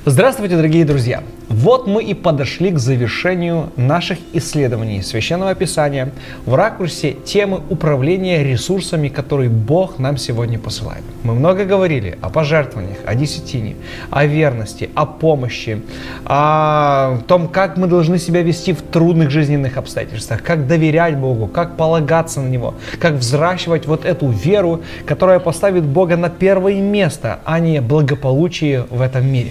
Здравствуйте, дорогие друзья! Вот мы и подошли к завершению наших исследований Священного Писания в ракурсе темы управления ресурсами, которые Бог нам сегодня посылает. Мы много говорили о пожертвованиях, о десятине, о верности, о помощи, о том, как мы должны себя вести в трудных жизненных обстоятельствах, как доверять Богу, как полагаться на Него, как взращивать вот эту веру, которая поставит Бога на первое место, а не благополучие в этом мире.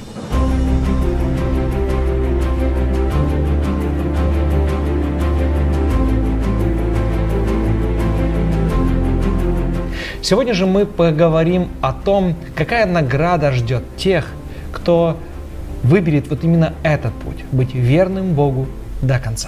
Сегодня же мы поговорим о том, какая награда ждет тех, кто выберет вот именно этот путь, быть верным Богу до конца.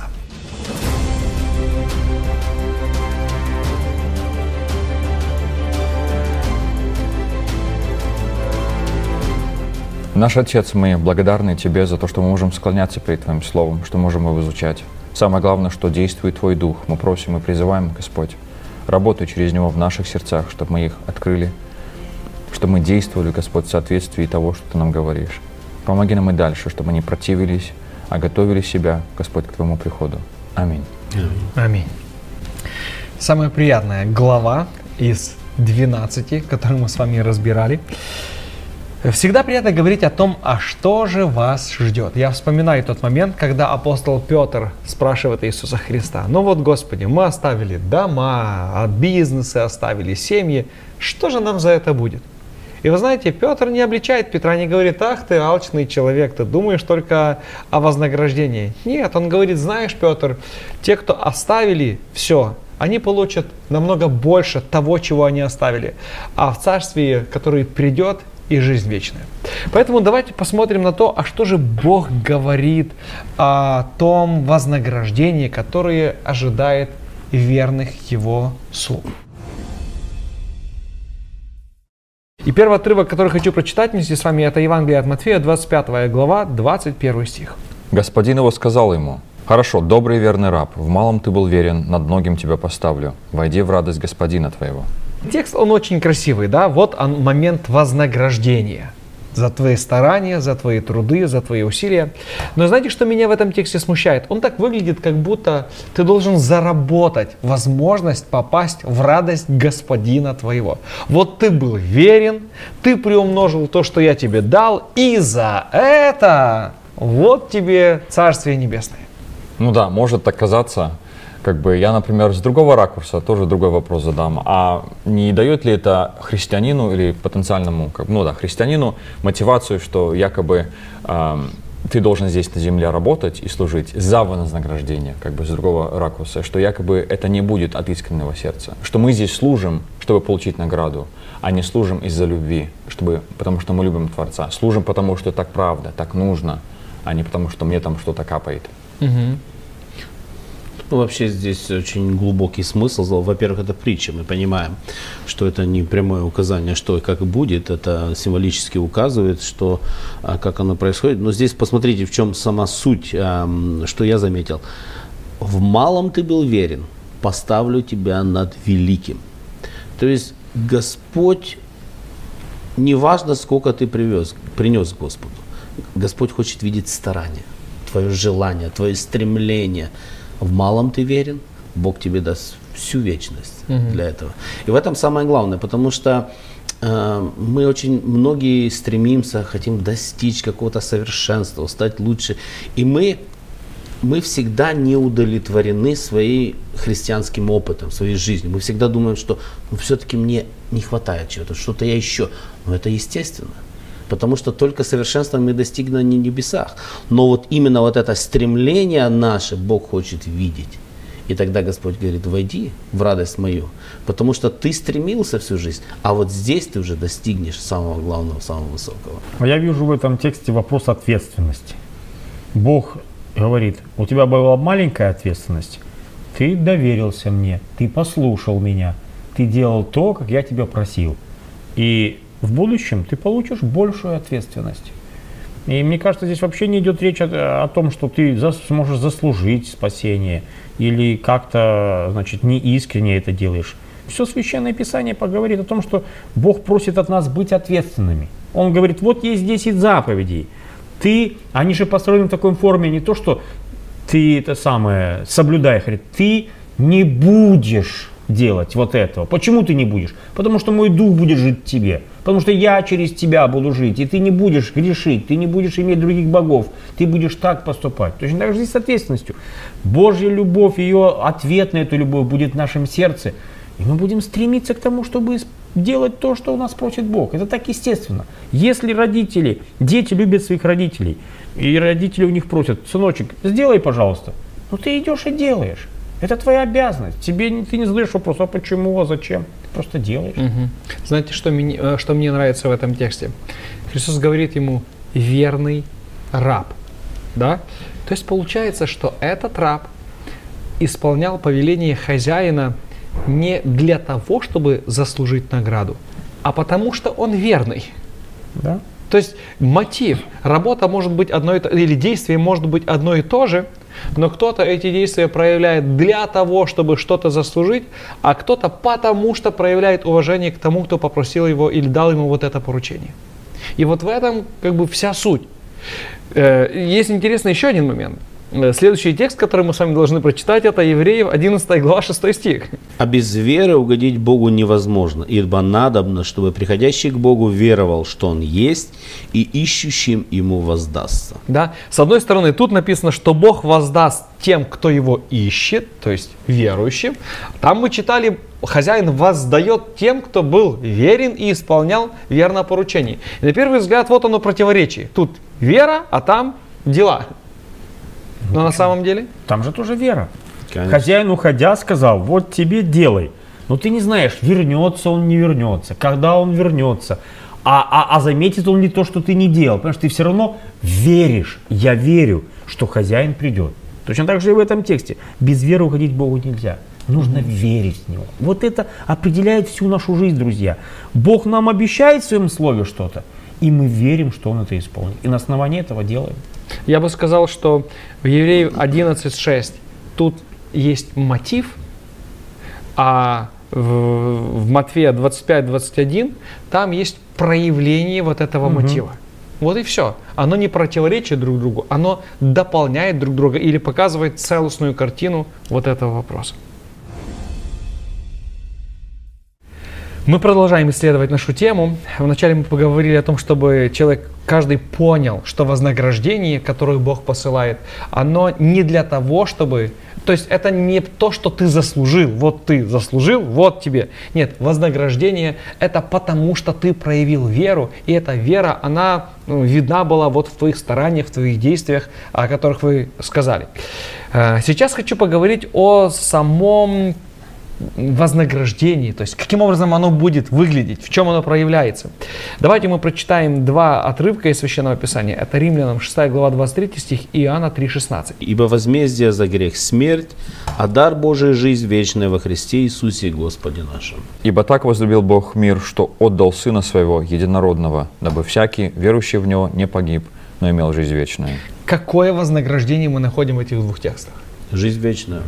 Наш Отец, мы благодарны Тебе за то, что мы можем склоняться перед Твоим Словом, что можем его изучать. Самое главное, что действует Твой Дух. Мы просим и призываем, Господь, работай через него в наших сердцах, чтобы мы их открыли, чтобы мы действовали, Господь, в соответствии того, что Ты нам говоришь. Помоги нам и дальше, чтобы мы не противились, а готовили себя, Господь, к Твоему приходу. Аминь. Аминь. Самая приятная глава из 12, которую мы с вами разбирали. Всегда приятно говорить о том, а что же вас ждет. Я вспоминаю тот момент, когда апостол Петр спрашивает Иисуса Христа: ну вот, Господи, мы оставили дома, бизнесы оставили, семьи, что же нам за это будет? И вы знаете, Петр не обличает Петра, не говорит: ах ты алчный человек, ты думаешь только о вознаграждении. Нет, он говорит: знаешь, Петр, те, кто оставили все, они получат намного больше того, чего они оставили, а в царстве, которое придет, и жизнь вечная. Поэтому давайте посмотрим на то, а что же Бог говорит о том вознаграждении, которое ожидает верных Его слуг. И первый отрывок, который хочу прочитать вместе с вами, это Евангелие от Матфея, 25 глава, 21 стих. Господин его сказал ему: «Хорошо, добрый и верный раб, в малом ты был верен, над многим тебя поставлю. Войди в радость господина твоего». Текст, он очень красивый, да? Вот он, момент вознаграждения за твои старания, за твои труды, за твои усилия. Но знаете, что меня в этом тексте смущает? Он так выглядит, как будто ты должен заработать возможность попасть в радость господина твоего. Вот ты был верен, ты приумножил то, что я тебе дал, и за это вот тебе Царствие Небесное. Ну да, может так казаться. Как бы я, например, с другого ракурса тоже другой вопрос задам. А не дает ли это христианину или потенциальному, христианину мотивацию, что якобы ты должен здесь на земле работать и служить за вознаграждение, как бы с другого ракурса, что якобы это не будет от искреннего сердца, что мы здесь служим, чтобы получить награду, а не служим из-за любви, потому что мы любим Творца, служим потому, что так правда, так нужно, а не потому, что мне там что-то капает. Ну, вообще здесь очень глубокий смысл. Во-первых, это притча. Мы понимаем, что это не прямое указание, что и как будет. Это символически указывает, что, как оно происходит. Но здесь посмотрите, в чем сама суть, что я заметил. В малом ты был верен, поставлю тебя над великим. То есть Господь, неважно, сколько ты принес Господу, Господь хочет видеть старание, твое желание, твое стремление. В малом ты верен, Бог тебе даст всю вечность для этого. И в этом самое главное, потому что мы очень многие стремимся, хотим достичь какого-то совершенства, стать лучше. И мы всегда не удовлетворены своим христианским опытом, своей жизнью. Мы всегда думаем, что все-таки мне не хватает чего-то, что-то я еще. Но это естественно. Потому что только совершенство мы достигнем на небесах. Но вот именно вот это стремление наше Бог хочет видеть. И тогда Господь говорит: войди в радость мою. Потому что ты стремился всю жизнь, а вот здесь ты уже достигнешь самого главного, самого высокого. Я вижу в этом тексте вопрос ответственности. Бог говорит: у тебя была маленькая ответственность, ты доверился мне, ты послушал меня, ты делал то, как я тебя просил. И в будущем ты получишь большую ответственность. И мне кажется, здесь вообще не идет речь о том, что ты сможешь заслужить спасение или как-то, неискренне это делаешь. Все Священное Писание поговорит о том, что Бог просит от нас быть ответственными. Он говорит, вот есть 10 заповедей. Они же построены в такой форме, не то, что ты это самое, соблюдай, говорит, ты не будешь делать вот этого. Почему ты не будешь? Потому что мой дух будет жить в тебе. Потому что я через тебя буду жить. И ты не будешь грешить, ты не будешь иметь других богов. Ты будешь так поступать. Точно так же здесь с ответственностью. Божья любовь, ее ответ на эту любовь будет в нашем сердце. И мы будем стремиться к тому, чтобы делать то, что у нас просит Бог. Это так естественно. Если дети любят своих родителей, и родители у них просят, сыночек, сделай, пожалуйста. Ну ты идешь и делаешь. Это твоя обязанность. Ты не задаешь вопрос, а почему, а зачем? Ты просто делаешь. Угу. Знаете, что мне нравится в этом тексте? Христос говорит ему верный раб. Да? То есть получается, что этот раб исполнял повеление хозяина не для того, чтобы заслужить награду, а потому что он верный. Да? То есть мотив, работа может быть одно и то, или действие может быть одно и то же, но кто-то эти действия проявляет для того, чтобы что-то заслужить, а кто-то потому что проявляет уважение к тому, кто попросил его или дал ему вот это поручение. И вот в этом как бы вся суть. Есть интересный еще один момент. Следующий текст, который мы с вами должны прочитать, это Евреев 11 глава 6 стих. А без веры угодить Богу невозможно, ибо надобно, чтобы приходящий к Богу веровал, что Он есть, и ищущим Ему воздастся. Да? С одной стороны, тут написано, что Бог воздаст тем, кто Его ищет, то есть верующим. Там мы читали, хозяин воздает тем, кто был верен и исполнял верное поручение. И на первый взгляд, вот оно противоречие. Тут вера, а там дела. Но на самом деле? Там же тоже вера. Конечно. Хозяин, уходя, сказал, вот тебе делай. Но ты не знаешь, вернется он, не вернется, когда он вернется. А заметит он ли то, что ты не делал. Потому что ты все равно веришь. Я верю, что хозяин придет. Точно так же и в этом тексте. Без веры уходить к Богу нельзя. Нужно верить в Него. Вот это определяет всю нашу жизнь, друзья. Бог нам обещает в Своем Слове что-то, и мы верим, что Он это исполнит. И на основании этого делаем. Я бы сказал, что в Евреев 11.6 тут есть мотив, а в Матфея 25.21 там есть проявление вот этого мотива. Вот и все. Оно не противоречит друг другу, оно дополняет друг друга или показывает целостную картину вот этого вопроса. Мы продолжаем исследовать нашу тему. Вначале мы поговорили о том, чтобы человек, каждый понял, что вознаграждение, которое Бог посылает, оно не для того, чтобы... То есть это не то, что ты заслужил. Вот ты заслужил, вот тебе. Нет, вознаграждение это потому, что ты проявил веру. И эта вера, она видна была вот в твоих стараниях, в твоих действиях, о которых вы сказали. Сейчас хочу поговорить о самом вознаграждении, то есть каким образом оно будет выглядеть, в чем оно проявляется. Давайте мы прочитаем два отрывка из Священного Писания. Это Римлянам 6 глава 23 стих и Иоанна 3,16. «Ибо возмездие за грех смерть, а дар Божий жизнь вечная во Христе Иисусе Господе нашем». Ибо так возлюбил Бог мир, что отдал Сына Своего Единородного, дабы всякий, верующий в Него, не погиб, но имел жизнь вечную. Какое вознаграждение мы находим в этих двух текстах? Жизнь вечная.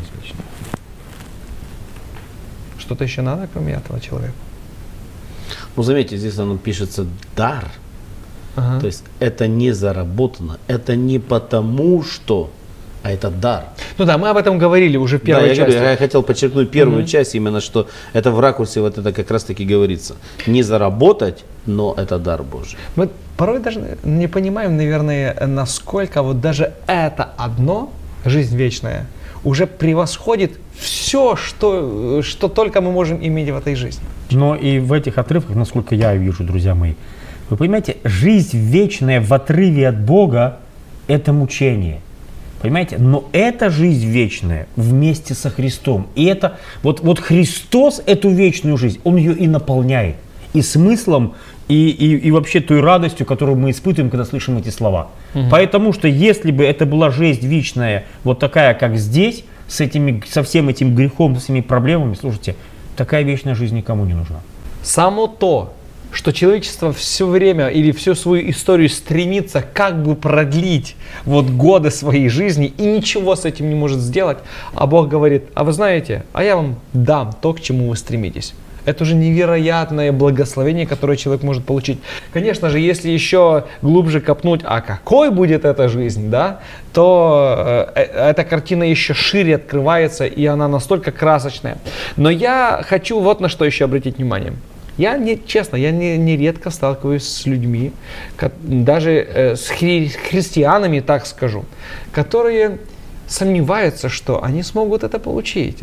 Что-то еще надо, кроме этого человека? Ну, заметьте, здесь оно пишется «дар». Ага. То есть это не заработано, это не потому что, а это дар. Ну да, мы об этом говорили уже в первой части. Я хотел подчеркнуть первую часть, именно что это в ракурсе вот это как раз таки говорится. Не заработать, но это дар Божий. Мы порой даже не понимаем, наверное, насколько вот даже это одно, жизнь вечная, уже превосходит все, что только мы можем иметь в этой жизни. Но и в этих отрывках, насколько я вижу, друзья мои, вы понимаете, жизнь вечная в отрыве от Бога – это мучение. Понимаете? Но это жизнь вечная вместе со Христом. И это, вот Христос эту вечную жизнь, Он ее и наполняет. И смыслом, и вообще той радостью, которую мы испытываем, когда слышим эти слова. Потому что если бы это была жизнь вечная, вот такая, как здесь, со всем этим грехом, с этими проблемами, слушайте, такая вечная жизнь никому не нужна. Само то, что человечество все время или всю свою историю стремится как бы продлить вот годы своей жизни и ничего с этим не может сделать, а Бог говорит, а вы знаете, а я вам дам то, к чему вы стремитесь. Это уже невероятное благословение, которое человек может получить. Конечно же, если еще глубже копнуть, а какой будет эта жизнь, да, то эта картина еще шире открывается, и она настолько красочная. Но я хочу вот на что еще обратить внимание. Я нередко сталкиваюсь с людьми, даже с христианами, так скажу, которые сомневаются, что они смогут это получить.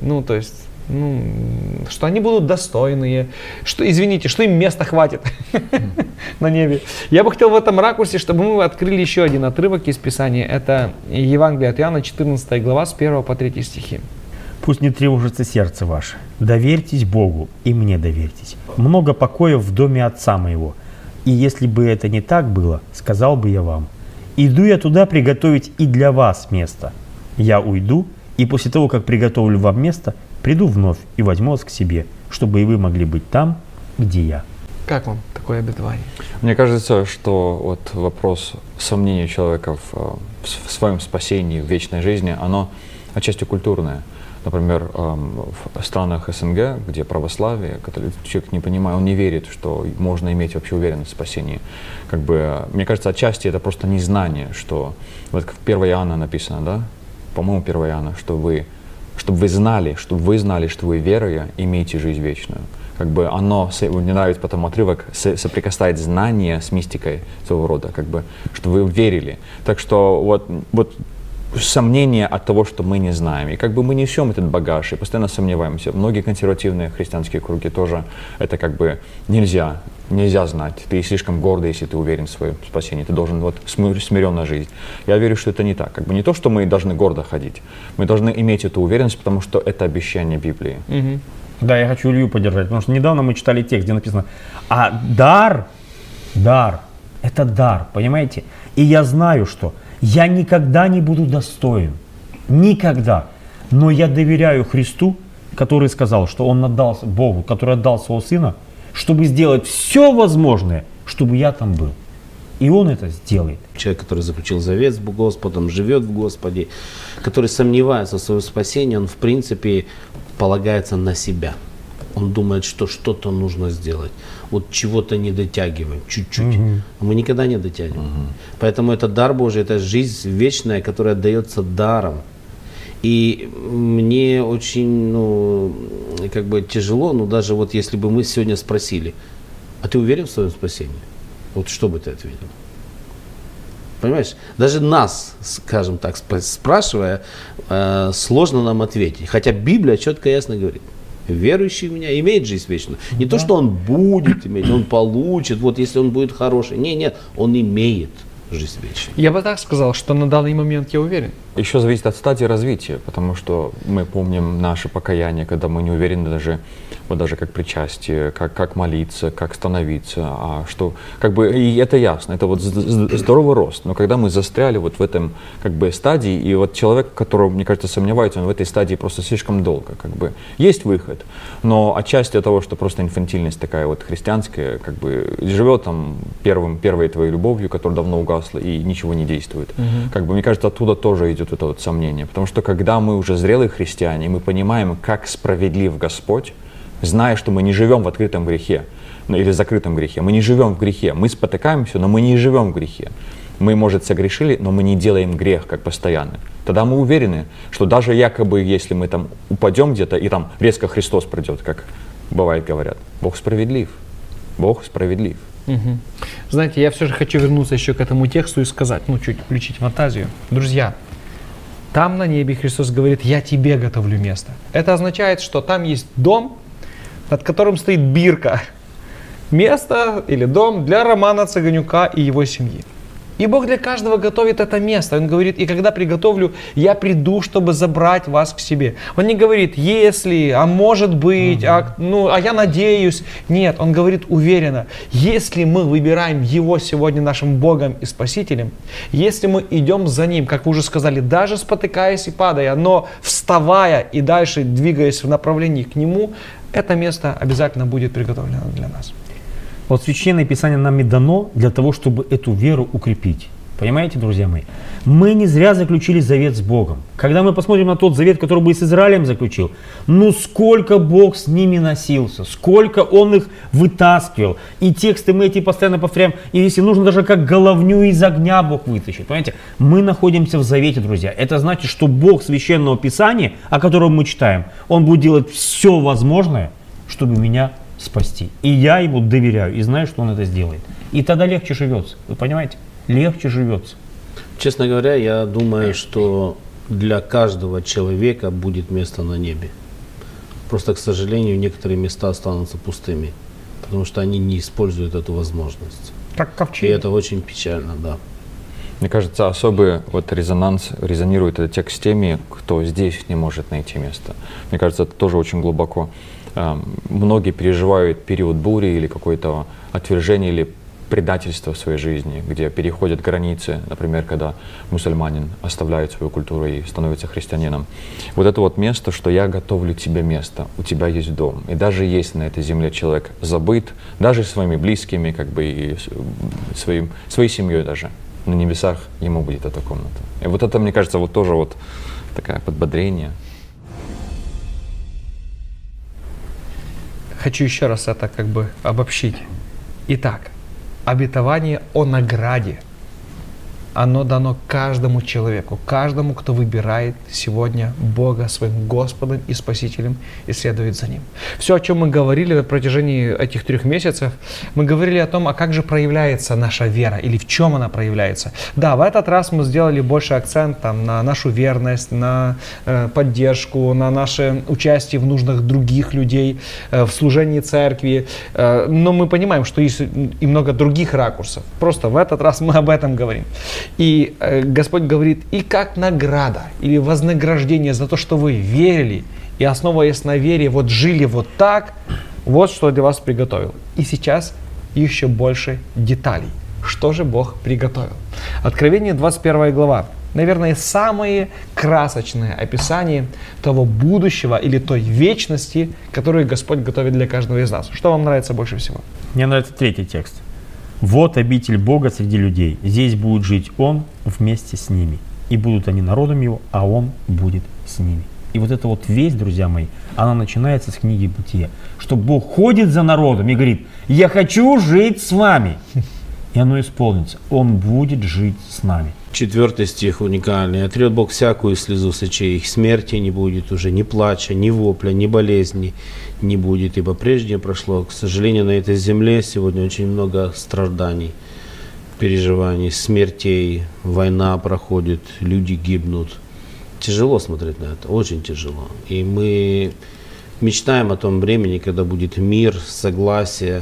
Что они будут достойные, что, извините, что им места хватит на небе. Я бы хотел в этом ракурсе, чтобы мы открыли еще один отрывок из Писания. Это Евангелие от Иоанна, 14 глава, с 1 по 3 стихи. Пусть не тревожится сердце ваше. Доверьтесь Богу и мне доверьтесь. Много покоев в доме Отца моего. И если бы это не так было, сказал бы я вам. Иду я туда приготовить и для вас место. Я уйду, и после того, как приготовлю вам место, приду вновь и возьму вас к себе, чтобы и вы могли быть там, где я. Как вам такое обетование? Мне кажется, что вот вопрос сомнения человека в своем спасении, в вечной жизни, оно отчасти культурное. Например, в странах СНГ, где православие, человек не понимает, он не верит, что можно иметь вообще уверенность в спасении. Мне кажется, отчасти это просто незнание, что вот как в 1 Иоанна написано, да? По-моему, 1 Иоанна, чтобы вы знали, что вы, веруя, имеете жизнь вечную. Мне нравится потом отрывок, соприкасает знание с мистикой своего рода, что вы верили. Так что вот сомнение от того, что мы не знаем. И мы несем этот багаж и постоянно сомневаемся. Многие консервативные христианские круги тоже это нельзя знать. Ты слишком гордый, если ты уверен в своем спасении. Ты должен смиренно жить. Я верю, что это не так. Не то, что мы должны гордо ходить. Мы должны иметь эту уверенность, потому что это обещание Библии. Угу. Да, я хочу Илью поддержать, потому что недавно мы читали текст, где написано, а дар, это дар, понимаете? И я знаю, что я никогда не буду достоин, никогда, но я доверяю Христу, который сказал, что Он отдался Богу, который отдал Своего Сына, чтобы сделать все возможное, чтобы я там был. И Он это сделает. Человек, который заключил завет с Господом, живет в Господе, который сомневается в своем спасении, он в принципе полагается на себя. Он думает, что что-то нужно сделать. Вот чего-то не дотягиваем, чуть-чуть. Мы никогда не дотягиваем. Поэтому это дар Божий, это жизнь вечная, которая дается даром. И мне очень, тяжело, даже вот если бы мы сегодня спросили, а ты уверен в своем спасении? Вот что бы ты ответил? Понимаешь? Даже нас, скажем так, спрашивая, сложно нам ответить. Хотя Библия четко и ясно говорит. Верующий в меня имеет жизнь вечную. Не то, что он будет иметь, он получит, вот если он будет хороший. Нет, он имеет жизнь вечную. Я бы так сказал, что на данный момент я уверен. Еще зависит от стадии развития, потому что мы помним наше покаяние, когда мы не уверены даже как причастие, как молиться, как становиться, и это ясно, это здоровый рост. Но когда мы застряли в этом стадии, и человек, которого, мне кажется, сомневается, он в этой стадии просто слишком долго, есть выход, но отчасти от того, что просто инфантильность такая христианская, живет там первой твоей любовью, которая давно угасла и ничего не действует. Мне кажется, оттуда тоже идет это сомнение, потому что когда мы уже зрелые христиане, мы понимаем, как справедлив Господь, зная, что мы не живем в открытом грехе или закрытом грехе, мы не живем в грехе, мы спотыкаемся, но мы не живем в грехе. Мы, может, согрешили, но мы не делаем грех как постоянно. Тогда мы уверены, что даже якобы, если мы там упадем где-то и там резко Христос придет, как бывает говорят, Бог справедлив. Бог справедлив. Угу. Знаете, я все же хочу вернуться еще к этому тексту и сказать, чуть включить фантазию. Друзья, там на небе Христос говорит, я тебе готовлю место. Это означает, что там есть дом, над которым стоит бирка. Место или дом для Романа Цыганюка и его семьи. И Бог для каждого готовит это место. Он говорит, и когда приготовлю, я приду, чтобы забрать вас к себе. Он не говорит, если, а может быть, а я надеюсь. Нет, он говорит уверенно, если мы выбираем Его сегодня нашим Богом и Спасителем, если мы идем за Ним, как вы уже сказали, даже спотыкаясь и падая, но вставая и дальше двигаясь в направлении к Нему, это место обязательно будет приготовлено для нас. Вот Священное Писание нам и дано для того, чтобы эту веру укрепить. Понимаете, друзья мои? Мы не зря заключили завет с Богом. Когда мы посмотрим на тот завет, который бы с Израилем заключил, ну сколько Бог с ними носился, сколько Он их вытаскивал. И тексты мы эти постоянно повторяем. И если нужно, даже как головню из огня Бог вытащит. Понимаете? Мы находимся в завете, друзья. Это значит, что Бог Священного Писания, о котором мы читаем, Он будет делать все возможное, чтобы меня спасти. И я Ему доверяю и знаю, что Он это сделает. И тогда легче живется. Вы понимаете? Легче живется. Честно говоря, я думаю, что для каждого человека будет место на небе. Просто, к сожалению, некоторые места останутся пустыми, потому что они не используют эту возможность. Как И ковчег. это очень печально, да. Мне кажется, особый вот резонанс резонирует этот текст с теми, кто здесь не может найти место. Мне кажется, это тоже очень глубоко. Многие переживают период бури или какое-то отвержение или предательство в своей жизни, где переходят границы, например, когда мусульманин оставляет свою культуру и становится христианином. Вот это вот место, что я готовлю тебе место, у тебя есть дом. И даже если на этой земле человек забыт, даже своими близкими, как бы и своей семьей даже, на небесах ему будет эта комната. И вот это, мне кажется, вот тоже вот такое подбодрение. Хочу еще раз это как бы обобщить. Итак, обетование о награде, оно дано каждому человеку, каждому, кто выбирает сегодня Бога своим Господом и Спасителем и следует за Ним. Все, о чем мы говорили на протяжении этих 3 месяцев, мы говорили о том, а как же проявляется наша вера или в чем она проявляется. Да, в этот раз мы сделали больше акцент на нашу верность, на поддержку, на наше участие в нуждах других людей, в служении церкви. Но мы понимаем, что есть и много других ракурсов. Просто в этот раз мы об этом говорим. И Господь говорит, и как награда или вознаграждение за то, что вы верили и, основываясь на вере, вот жили вот так, вот что для вас приготовил. И сейчас еще больше деталей. Что же Бог приготовил? Откровение 21 глава. Наверное, самое красочное описание того будущего или той вечности, которую Господь готовит для каждого из нас. Что вам нравится больше всего? Мне нравится 3-й текст. «Вот обитель Бога среди людей. Здесь будет жить Он вместе с ними. И будут они народом Его, а Он будет с ними». И вот эта вот весть, друзья мои, она начинается с книги Бытия. Что Бог ходит за народом и говорит, я хочу жить с вами. И оно исполнится. Он будет жить с нами. 4 стих уникальный. «Отрет Бог всякую слезу с очей их, смерти не будет уже, ни плача, ни вопля, ни болезни не будет, ибо прежде прошло». К сожалению, на этой земле сегодня очень много страданий, переживаний, смертей, война проходит, люди гибнут. Тяжело смотреть на это, очень тяжело. И мы мечтаем о том времени, когда будет мир, согласие.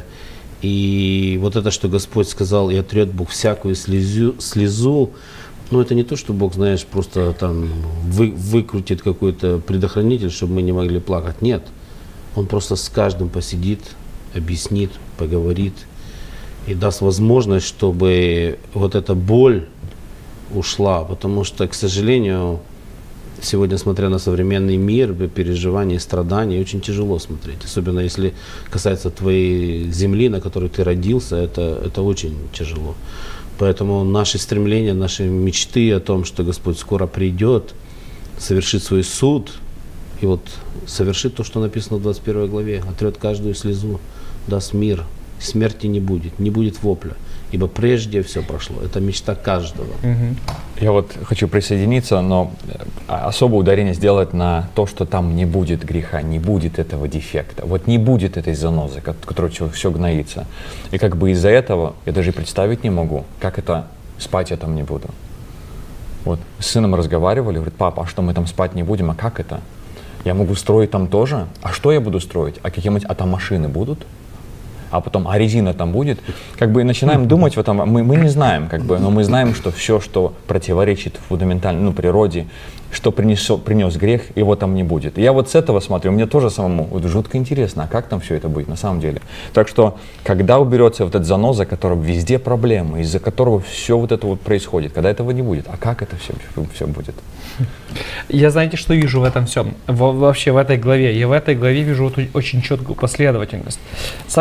И вот это, что Господь сказал, и отрет Бог всякую слезу, ну это не то, что Бог, знаешь, просто там выкрутит какой-то предохранитель, чтобы мы не могли плакать. Нет, Он просто с каждым посидит, объяснит, поговорит и даст возможность, чтобы вот эта боль ушла. Потому что, к сожалению, сегодня, смотря на современный мир, переживания, страданий, очень тяжело смотреть. Особенно если касается твоей земли, на которой ты родился, это очень тяжело. Поэтому наши стремления, наши мечты о том, что Господь скоро придет, совершит свой суд, и вот совершит то, что написано в 21 главе, отрет каждую слезу, даст мир, смерти не будет вопля. Ибо прежде все прошло. Это мечта каждого. Я вот хочу присоединиться, но особое ударение сделать на то, что там не будет греха, не будет этого дефекта. Вот не будет этой занозы, которая все гноится. И как бы из-за этого я даже представить не могу, как это спать я там не буду. Вот с сыном разговаривали, говорит, папа, а что мы там спать не будем, а как это? Я могу строить там тоже? А что я буду строить? А там машины будут? А потом, а резина там будет, как бы и начинаем думать в этом, мы не знаем, как бы, но мы знаем, что все, что противоречит фундаментально, природе, что принес грех, его там не будет. И я вот с этого смотрю, мне тоже самому вот жутко интересно, а как там все это будет на самом деле. Так что, когда уберется вот эта заноза, которая везде проблема, из-за которого все вот это вот происходит, когда этого не будет, а как это все будет? Я, знаете, что вижу в этом всем? Вообще в этой главе. Я в этой главе вижу очень четкую последовательность. Саша сказал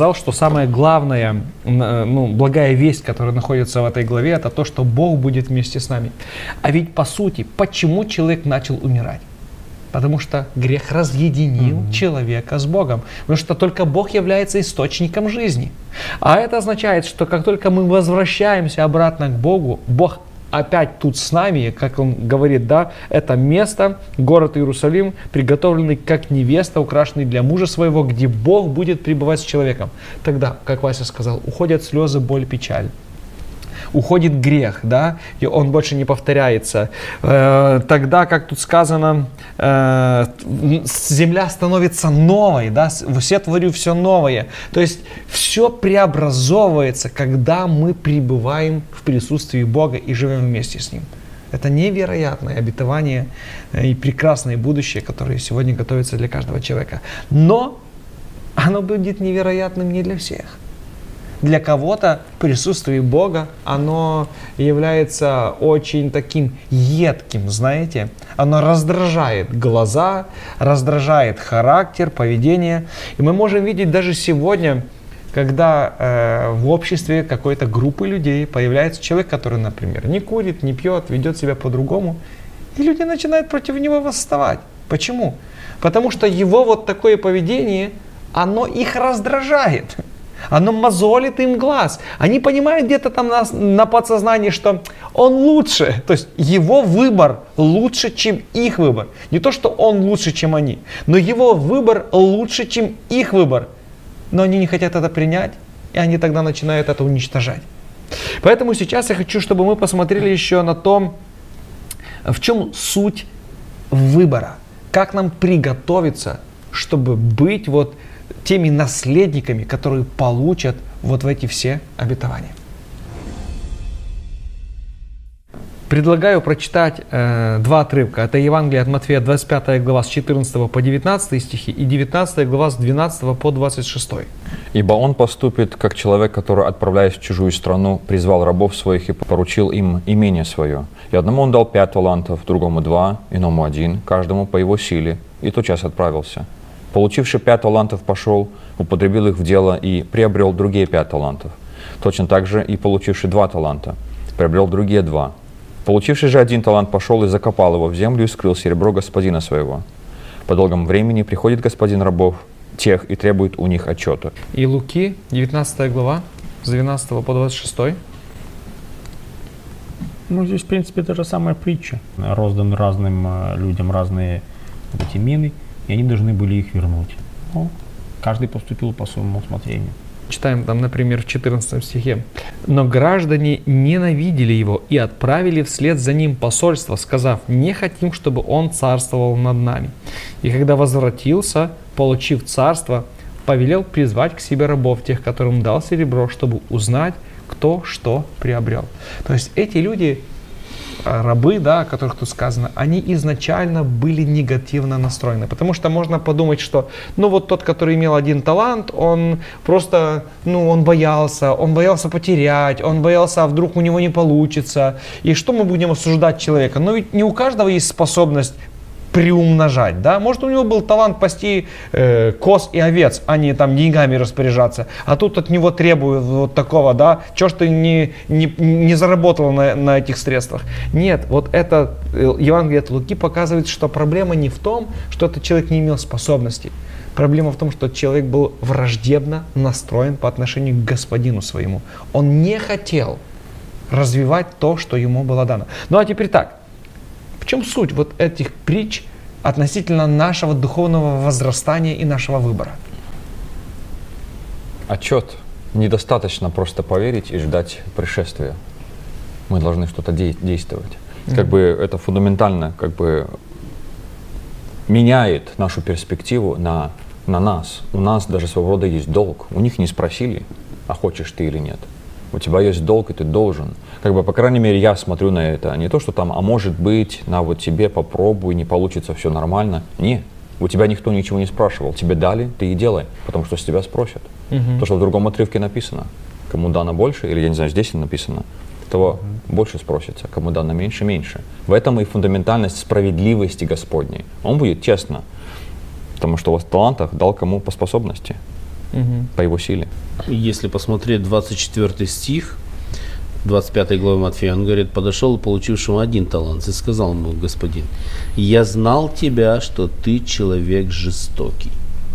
сказал, что самая главная, благая весть, которая находится в этой главе, это то, что Бог будет вместе с нами. А ведь по сути, почему человек начал умирать? Потому что грех разъединил человека с Богом. Потому что только Бог является источником жизни. А это означает, что как только мы возвращаемся обратно к Богу, Бог опять тут с нами, как он говорит, да, это место, город Иерусалим, приготовленный как невеста, украшенный для мужа своего, где Бог будет пребывать с человеком. Тогда, как Вася сказал, уходят слезы, боль, печаль. Уходит грех, да, и он больше не повторяется. Тогда, как тут сказано, земля становится новой, да, все творю все новое. То есть все преобразовывается, когда мы пребываем в присутствии Бога и живем вместе с Ним. Это невероятное обетование и прекрасное будущее, которое сегодня готовится для каждого человека. Но оно будет невероятным не для всех. Для кого-то присутствие Бога, оно является очень таким едким, знаете. Оно раздражает глаза, раздражает характер, поведение. И мы можем видеть даже сегодня, когда в обществе какой-то группы людей появляется человек, который, например, не курит, не пьет, ведет себя по-другому, и люди начинают против него восставать. Почему? Потому что его вот такое поведение, оно их раздражает. Оно мозолит им глаз. Они понимают где-то там на подсознании, что он лучше. То есть его выбор лучше, чем их выбор. Не то, что он лучше, чем они, но его выбор лучше, чем их выбор. Но они не хотят это принять, и они тогда начинают это уничтожать. Поэтому сейчас я хочу, чтобы мы посмотрели еще на то, в чем суть выбора. Как нам приготовиться, чтобы быть вот теми наследниками, которые получат вот в эти все обетования. Предлагаю прочитать два отрывка. Это Евангелие от Матфея, 25 глава с 14 по 19 стихи и 19 глава с 12 по 26. «Ибо он поступит, как человек, который, отправляясь в чужую страну, призвал рабов своих и поручил им имение свое. И одному он дал 5 талантов, другому 2, иному 1, каждому по его силе, и тотчас отправился. Получивший 5 талантов пошел, употребил их в дело и приобрел другие 5 талантов. Точно так же и получивший 2 таланта, приобрел другие 2. Получивший же 1 талант пошел и закопал его в землю и скрыл серебро господина своего. По долгому времени приходит господин рабов тех и требует у них отчета». И Луки, 19 глава, с 12 по 26. Здесь, в принципе, та же самая притча. Розданы разным людям разные эти мины, и они должны были их вернуть. Каждый поступил по своему усмотрению. Читаем там, например, в 14 стихе. «Но граждане ненавидели его и отправили вслед за ним посольство, сказав: не хотим, чтобы он царствовал над нами. И когда возвратился, получив царство, повелел призвать к себе рабов, тех, которым дал серебро, чтобы узнать, кто что приобрел». То есть эти люди, рабы, да, о которых тут сказано, они изначально были негативно настроены. Потому что можно подумать, что вот тот, который имел 1 талант, он просто, он боялся потерять, он боялся, а вдруг у него не получится. И что мы будем осуждать человека? Ведь не у каждого есть способность приумножать, да? Может, у него был талант пасти коз и овец, а не там деньгами распоряжаться. А тут от него требуют вот такого, да? Чего ж ты не заработал на этих средствах? Нет, вот это Евангелие от Луки показывает, что проблема не в том, что этот человек не имел способностей. Проблема в том, что человек был враждебно настроен по отношению к господину своему. Он не хотел развивать то, что ему было дано. А теперь так. В чем суть вот этих притч относительно нашего духовного возрастания и нашего выбора? Отчет. Недостаточно просто поверить и ждать пришествия. Мы должны что-то действовать. Это фундаментально меняет нашу перспективу на нас. У нас даже своего рода есть долг. У них не спросили, а хочешь ты или нет. У тебя есть долг, и ты должен. По крайней мере, я смотрю на это. Не то, что там, а может быть, вот тебе попробуй, не получится, все нормально. Нет. У тебя никто ничего не спрашивал. Тебе дали, ты и делай, потому что с тебя спросят. То, что в другом отрывке написано. Кому дано больше, или, я не знаю, здесь написано, того больше спросится. Кому дано меньше, меньше. В этом и фундаментальность справедливости Господней. Он будет честно. Потому что у вас талантов дал кому по способности. по его силе. Если посмотреть 24 стих, 25 главы Матфея, он говорит: подошел получившему 1 талант и сказал ему господин: я знал тебя, что ты человек жестокий.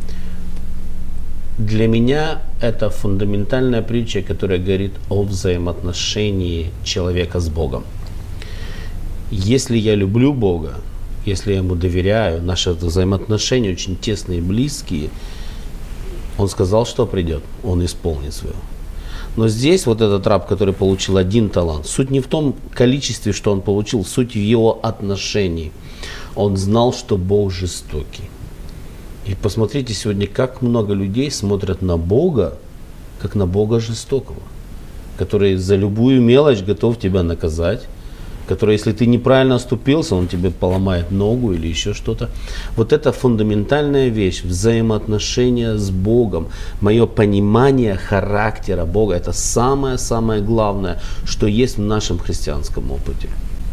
Для меня это фундаментальная притча, которая говорит о взаимоотношении человека с Богом. Если я люблю Бога, если я Ему доверяю, наши взаимоотношения очень тесные и близкие, Он сказал, что придет, Он исполнит свое. Но здесь вот этот раб, который получил 1 талант, суть не в том количестве, что он получил, суть в его отношении. Он знал, что Бог жестокий. И посмотрите сегодня, как много людей смотрят на Бога, как на Бога жестокого, который за любую мелочь готов тебя наказать, который, если ты неправильно оступился, он тебе поломает ногу или еще что-то. Вот это фундаментальная вещь, взаимоотношения с Богом, мое понимание характера Бога, это самое-самое главное, что есть в нашем христианском опыте.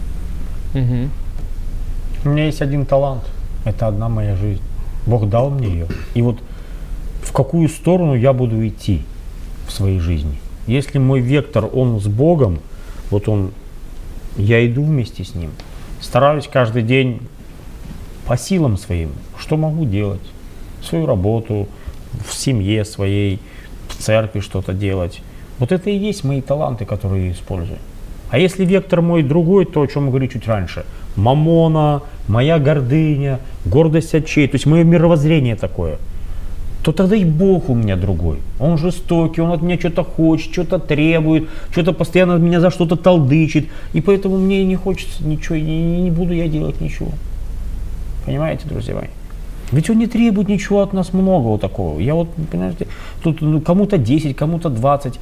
У меня есть 1 талант, это одна моя жизнь. Бог дал мне ее. И вот в какую сторону я буду идти в своей жизни? Если мой вектор, он с Богом, вот он, я иду вместе с Ним, стараюсь каждый день по силам своим, что могу делать, свою работу, в семье своей, в церкви что-то делать. Вот это и есть мои таланты, которые я использую. А если вектор мой другой, то, о чем мы говорили чуть раньше, мамона, моя гордыня, гордость отчей, то есть мое мировоззрение такое, то тогда и Бог у меня другой. Он жестокий, он от меня что-то хочет, что-то требует, что-то постоянно меня за что-то толдычит. И поэтому мне не хочется ничего, не буду я делать ничего. Понимаете, друзья мои? Ведь он не требует ничего от нас многого такого. Я вот, понимаете, тут кому-то 10, кому-то 20.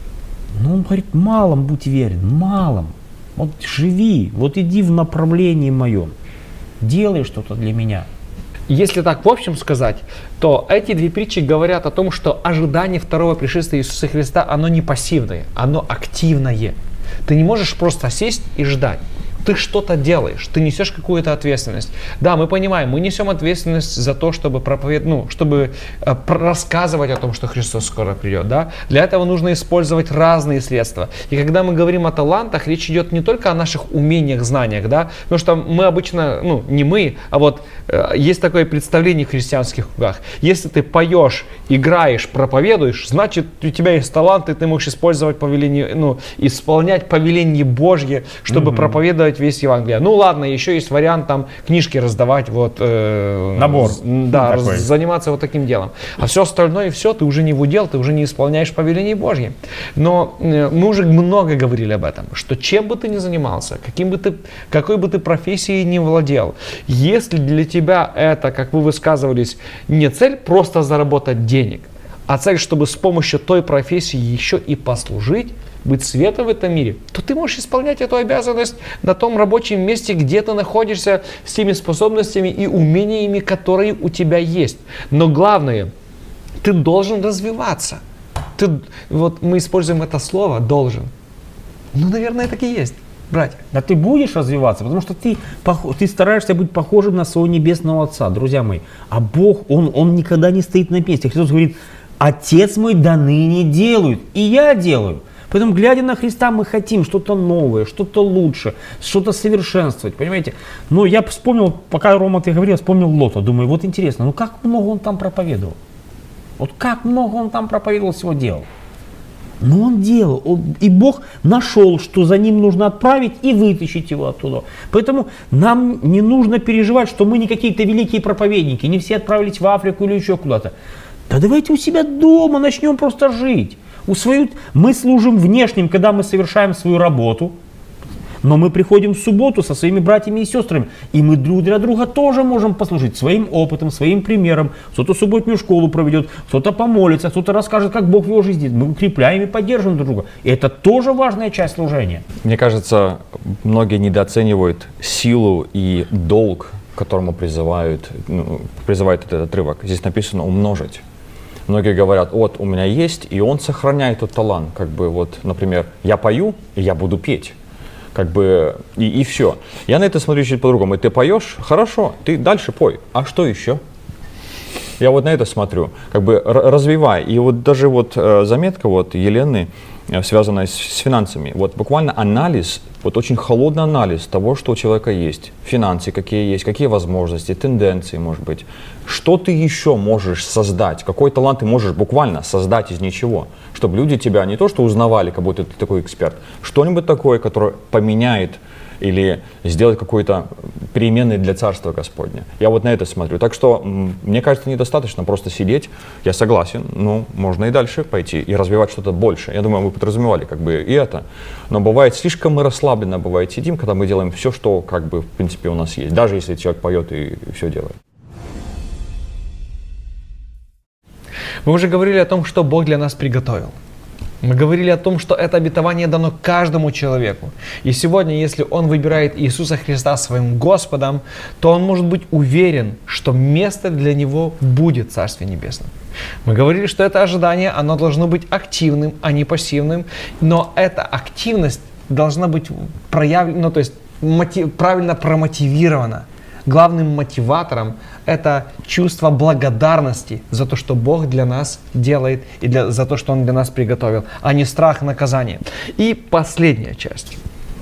Но он говорит: малым будь верен, малым. Вот живи, вот иди в направлении моем. Делай что-то для меня. Если так в общем сказать, то эти 2 притчи говорят о том, что ожидание второго пришествия Иисуса Христа, оно не пассивное, оно активное. Ты не можешь просто сесть и ждать. Ты что-то делаешь, ты несешь какую-то ответственность. Да, мы понимаем, мы несем ответственность за то, чтобы чтобы рассказывать о том, что Христос скоро придет. Да? Для этого нужно использовать разные средства. И когда мы говорим о талантах, речь идет не только о наших умениях, знаниях, да? Потому что мы обычно, не мы, а вот есть такое представление в христианских кругах. Если ты поешь, играешь, проповедуешь, значит, у тебя есть талант, и ты можешь использовать исполнять повеление Божье, чтобы проповедовать весь Евангелие. Ну ладно, еще есть вариант там книжки раздавать, набор. Да, заниматься вот таким делом. А все остальное, ты уже не в удел, ты уже не исполняешь повеление Божье. Но мы уже много говорили об этом, что чем бы ты ни занимался, какой бы ты профессией ни владел, если для тебя это, как вы высказывались, не цель просто заработать денег, а цель, чтобы с помощью той профессии еще и послужить, быть светом в этом мире, то ты можешь исполнять эту обязанность на том рабочем месте, где ты находишься, с теми способностями и умениями, которые у тебя есть. Но главное, ты должен развиваться. Мы используем это слово «должен». Наверное, так и есть, братья. Да ты будешь развиваться, потому что ты стараешься быть похожим на своего небесного Отца, друзья мои. А Бог, Он никогда не стоит на месте. Христос говорит: Отец мой до ныне делает, и я делаю. Поэтому, глядя на Христа, мы хотим что-то новое, что-то лучше, что-то совершенствовать, понимаете? Но я вспомнил, пока, Рома, ты говорил, вспомнил Лота. Думаю, вот интересно, как много он там проповедовал? Вот как много он там проповедовал, всего делал? Но он делал, и Бог нашел, что за ним нужно отправить и вытащить его оттуда. Поэтому нам не нужно переживать, что мы не какие-то великие проповедники, не все отправились в Африку или еще куда-то. Да давайте у себя дома начнем просто жить. Мы служим внешним, когда мы совершаем свою работу, но мы приходим в субботу со своими братьями и сестрами, и мы друг для друга тоже можем послужить своим опытом, своим примером. Кто-то субботнюю школу проведет, кто-то помолится, кто-то расскажет, как Бог в его жизни. Мы укрепляем и поддерживаем друг друга. И это тоже важная часть служения. Мне кажется, многие недооценивают силу и долг, к которому призывает этот отрывок. Здесь написано «умножить». Многие говорят: вот у меня есть, и он сохраняет этот талант. Например, я пою, и я буду петь. И все. Я на это смотрю чуть по-другому. И ты поешь, хорошо, ты дальше пой. А что еще? Я вот на это смотрю, как бы развивай. И вот даже вот заметка вот Елены, связанная с финансами, вот буквально анализ, вот очень холодный анализ того, что у человека есть. Финансы какие есть, какие возможности, тенденции, может быть. Что ты еще можешь создать, какой талант ты можешь буквально создать из ничего, чтобы люди тебя не то что узнавали, как будто ты такой эксперт, что-нибудь такое, которое поменяет или сделать какой-то переменной для Царства Господня. Я вот на это смотрю. Так что, мне кажется, недостаточно просто сидеть. Я согласен, но можно и дальше пойти и развивать что-то больше. Я думаю, мы подразумевали как бы и это. Но бывает, слишком мы расслабленно бывает сидим, когда мы делаем все, что как бы в принципе у нас есть. Даже если человек поет и все делает. Мы уже говорили о том, что Бог для нас приготовил. Мы говорили о том, что это обетование дано каждому человеку. И сегодня, если он выбирает Иисуса Христа своим Господом, то он может быть уверен, что место для него будет в Царстве Небесном. Мы говорили, что это ожидание, оно должно быть активным, а не пассивным. Но эта активность должна быть проявлена, то есть правильно промотивирована. Главным мотиватором это чувство благодарности за то, что Бог для нас делает и за то, что Он для нас приготовил, а не страх наказания. И последняя часть.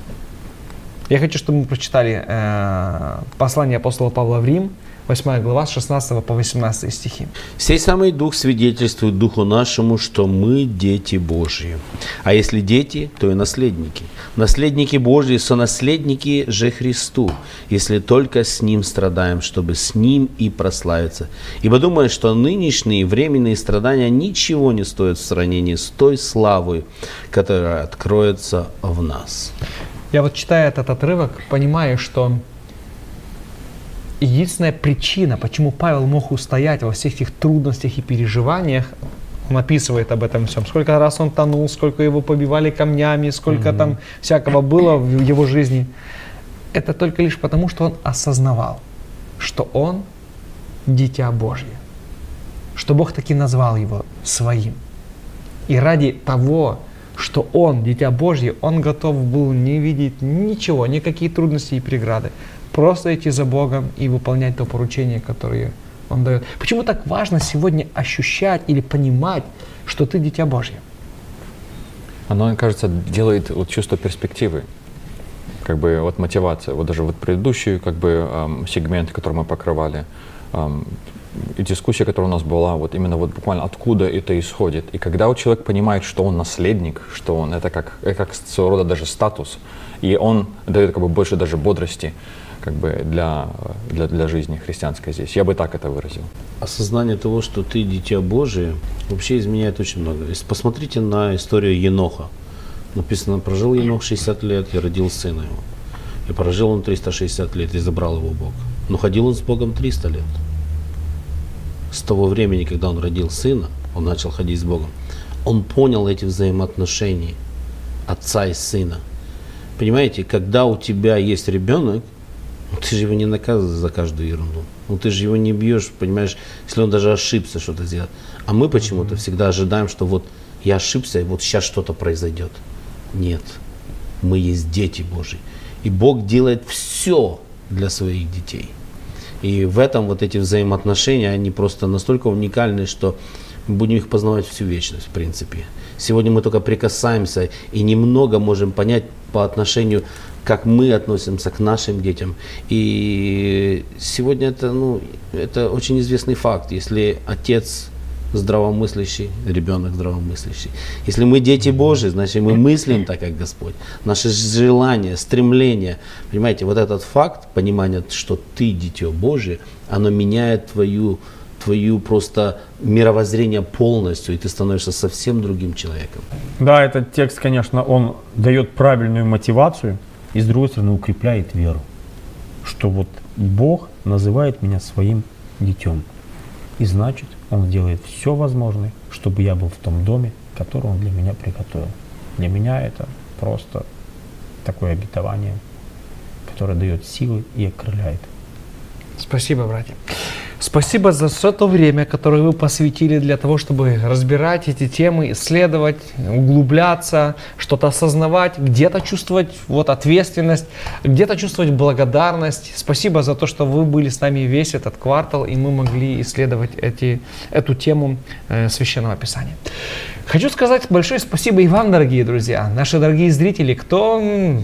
Я хочу, чтобы мы прочитали послание апостола Павла в Рим, 8 глава, с 16 по 18 стихи. «Сей самый Дух свидетельствует Духу нашему, что мы дети Божьи. А если дети, то и наследники. Наследники Божьи, сонаследники же Христу, если только с Ним страдаем, чтобы с Ним и прославиться. Ибо думаю, что нынешние временные страдания ничего не стоят в сравнении с той славой, которая откроется в нас». Я вот читая этот отрывок, понимаю, что единственная причина, почему Павел мог устоять во всех этих трудностях и переживаниях, он описывает об этом всем, сколько раз он тонул, сколько его побивали камнями, сколько там всякого было в его жизни, это только лишь потому, что он осознавал, что он дитя Божье, что Бог таки назвал его своим. И ради того, что он дитя Божье, он готов был не видеть ничего, никакие трудности и преграды. Просто идти за Богом и выполнять то поручение, которое Он дает. Почему так важно сегодня ощущать или понимать, что ты дитя Божье? Оно, мне кажется, делает вот чувство перспективы, как бы вот мотивация. Вот даже вот предыдущий как бы сегмент, который мы покрывали, и дискуссия, которая у нас была, вот именно вот буквально откуда это исходит. И когда вот человек понимает, что он наследник, что он это как своего рода даже статус, и он дает как бы больше даже бодрости как бы для жизни христианской здесь. Я бы так это выразил. Осознание того, что ты дитя Божие, вообще изменяет очень много. Если посмотрите на историю Еноха. Написано, прожил Енох 60 лет и родил сына его. И прожил он 360 лет и забрал его Бог. Но ходил он с Богом 300 лет. С того времени, когда он родил сына, он начал ходить с Богом. Он понял эти взаимоотношения отца и сына. Понимаете, когда у тебя есть ребенок, ты же его не наказываешь за каждую ерунду. Ты же его не бьешь, понимаешь, если он даже ошибся что-то сделать. А мы почему-то всегда ожидаем, что вот я ошибся, и вот сейчас что-то произойдет. Нет, мы есть дети Божьи. И Бог делает все для своих детей. И в этом вот эти взаимоотношения, они просто настолько уникальны, что мы будем их познавать всю вечность, в принципе. Сегодня мы только прикасаемся и немного можем понять по отношению, как мы относимся к нашим детям. И сегодня это очень известный факт. Если отец здравомыслящий, ребенок здравомыслящий. Если мы дети Божьи, значит мы мыслим так, как Господь. Наши желания, стремления, понимаете, вот этот факт, понимание, что ты дитё Божие, оно меняет твою просто мировоззрение полностью, и ты становишься совсем другим человеком. Да, этот текст, конечно, он дает правильную мотивацию, и с другой стороны укрепляет веру, что вот Бог называет меня своим детем. И значит, Он делает все возможное, чтобы я был в том доме, который Он для меня приготовил. Для меня это просто такое обетование, которое дает силы и окрыляет. Спасибо, братья. Спасибо за все то время, которое вы посвятили для того, чтобы разбирать эти темы, исследовать, углубляться, что-то осознавать, где-то чувствовать ответственность, где-то чувствовать благодарность. Спасибо за то, что вы были с нами весь этот квартал, и мы могли исследовать эту тему Священного Писания. Хочу сказать большое спасибо и вам, дорогие друзья, наши дорогие зрители, кто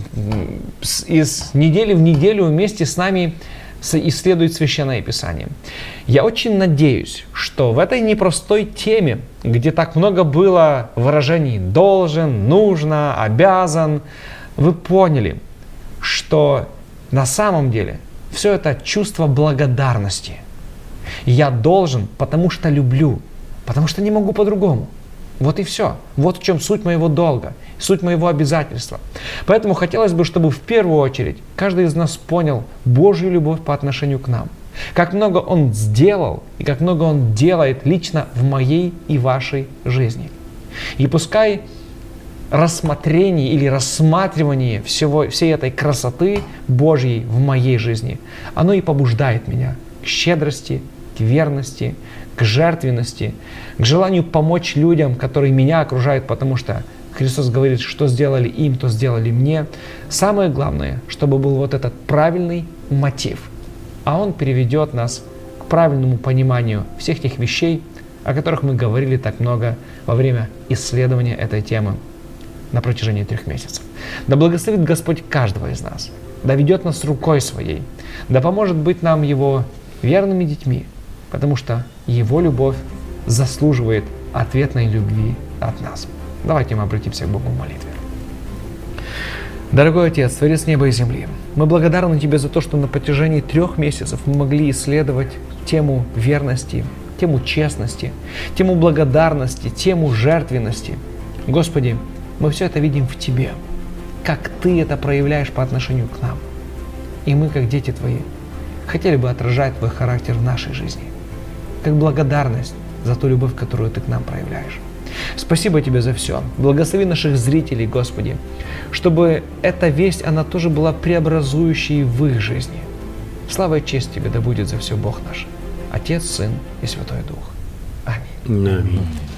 из недели в неделю вместе с нами исследует Священное Писание. Я очень надеюсь, что в этой непростой теме, где так много было выражений «должен», «нужно», «обязан», вы поняли, что на самом деле все это чувство благодарности. Я должен, потому что люблю, потому что не могу по-другому. Вот и все. Вот в чем суть моего долга, суть моего обязательства. Поэтому хотелось бы, чтобы в первую очередь каждый из нас понял Божью любовь по отношению к нам. Как много Он сделал и как много Он делает лично в моей и вашей жизни. И пускай рассмотрение или рассматривание всей этой красоты Божьей в моей жизни, оно и побуждает меня к щедрости, к верности, к жертвенности, к желанию помочь людям, которые меня окружают, потому что Христос говорит, что сделали им, то сделали мне. Самое главное, чтобы был вот этот правильный мотив, а он переведет нас к правильному пониманию всех тех вещей, о которых мы говорили так много во время исследования этой темы на протяжении 3 месяцев. Да благословит Господь каждого из нас, да ведет нас рукой Своей, да поможет быть нам Его верными детьми, потому что Его любовь заслуживает ответной любви от нас. Давайте мы обратимся к Богу в молитве. Дорогой Отец, Творец неба и земли, мы благодарны Тебе за то, что на протяжении 3 месяцев мы могли исследовать тему верности, тему честности, тему благодарности, тему жертвенности. Господи, мы все это видим в Тебе, как Ты это проявляешь по отношению к нам. И мы, как дети Твои, хотели бы отражать Твой характер в нашей жизни, как благодарность за ту любовь, которую Ты к нам проявляешь. Спасибо Тебе за все. Благослови наших зрителей, Господи, чтобы эта весть, она тоже была преобразующей в их жизни. Слава и честь Тебе да будет за все Бог наш, Отец, Сын и Святой Дух. Аминь. Аминь.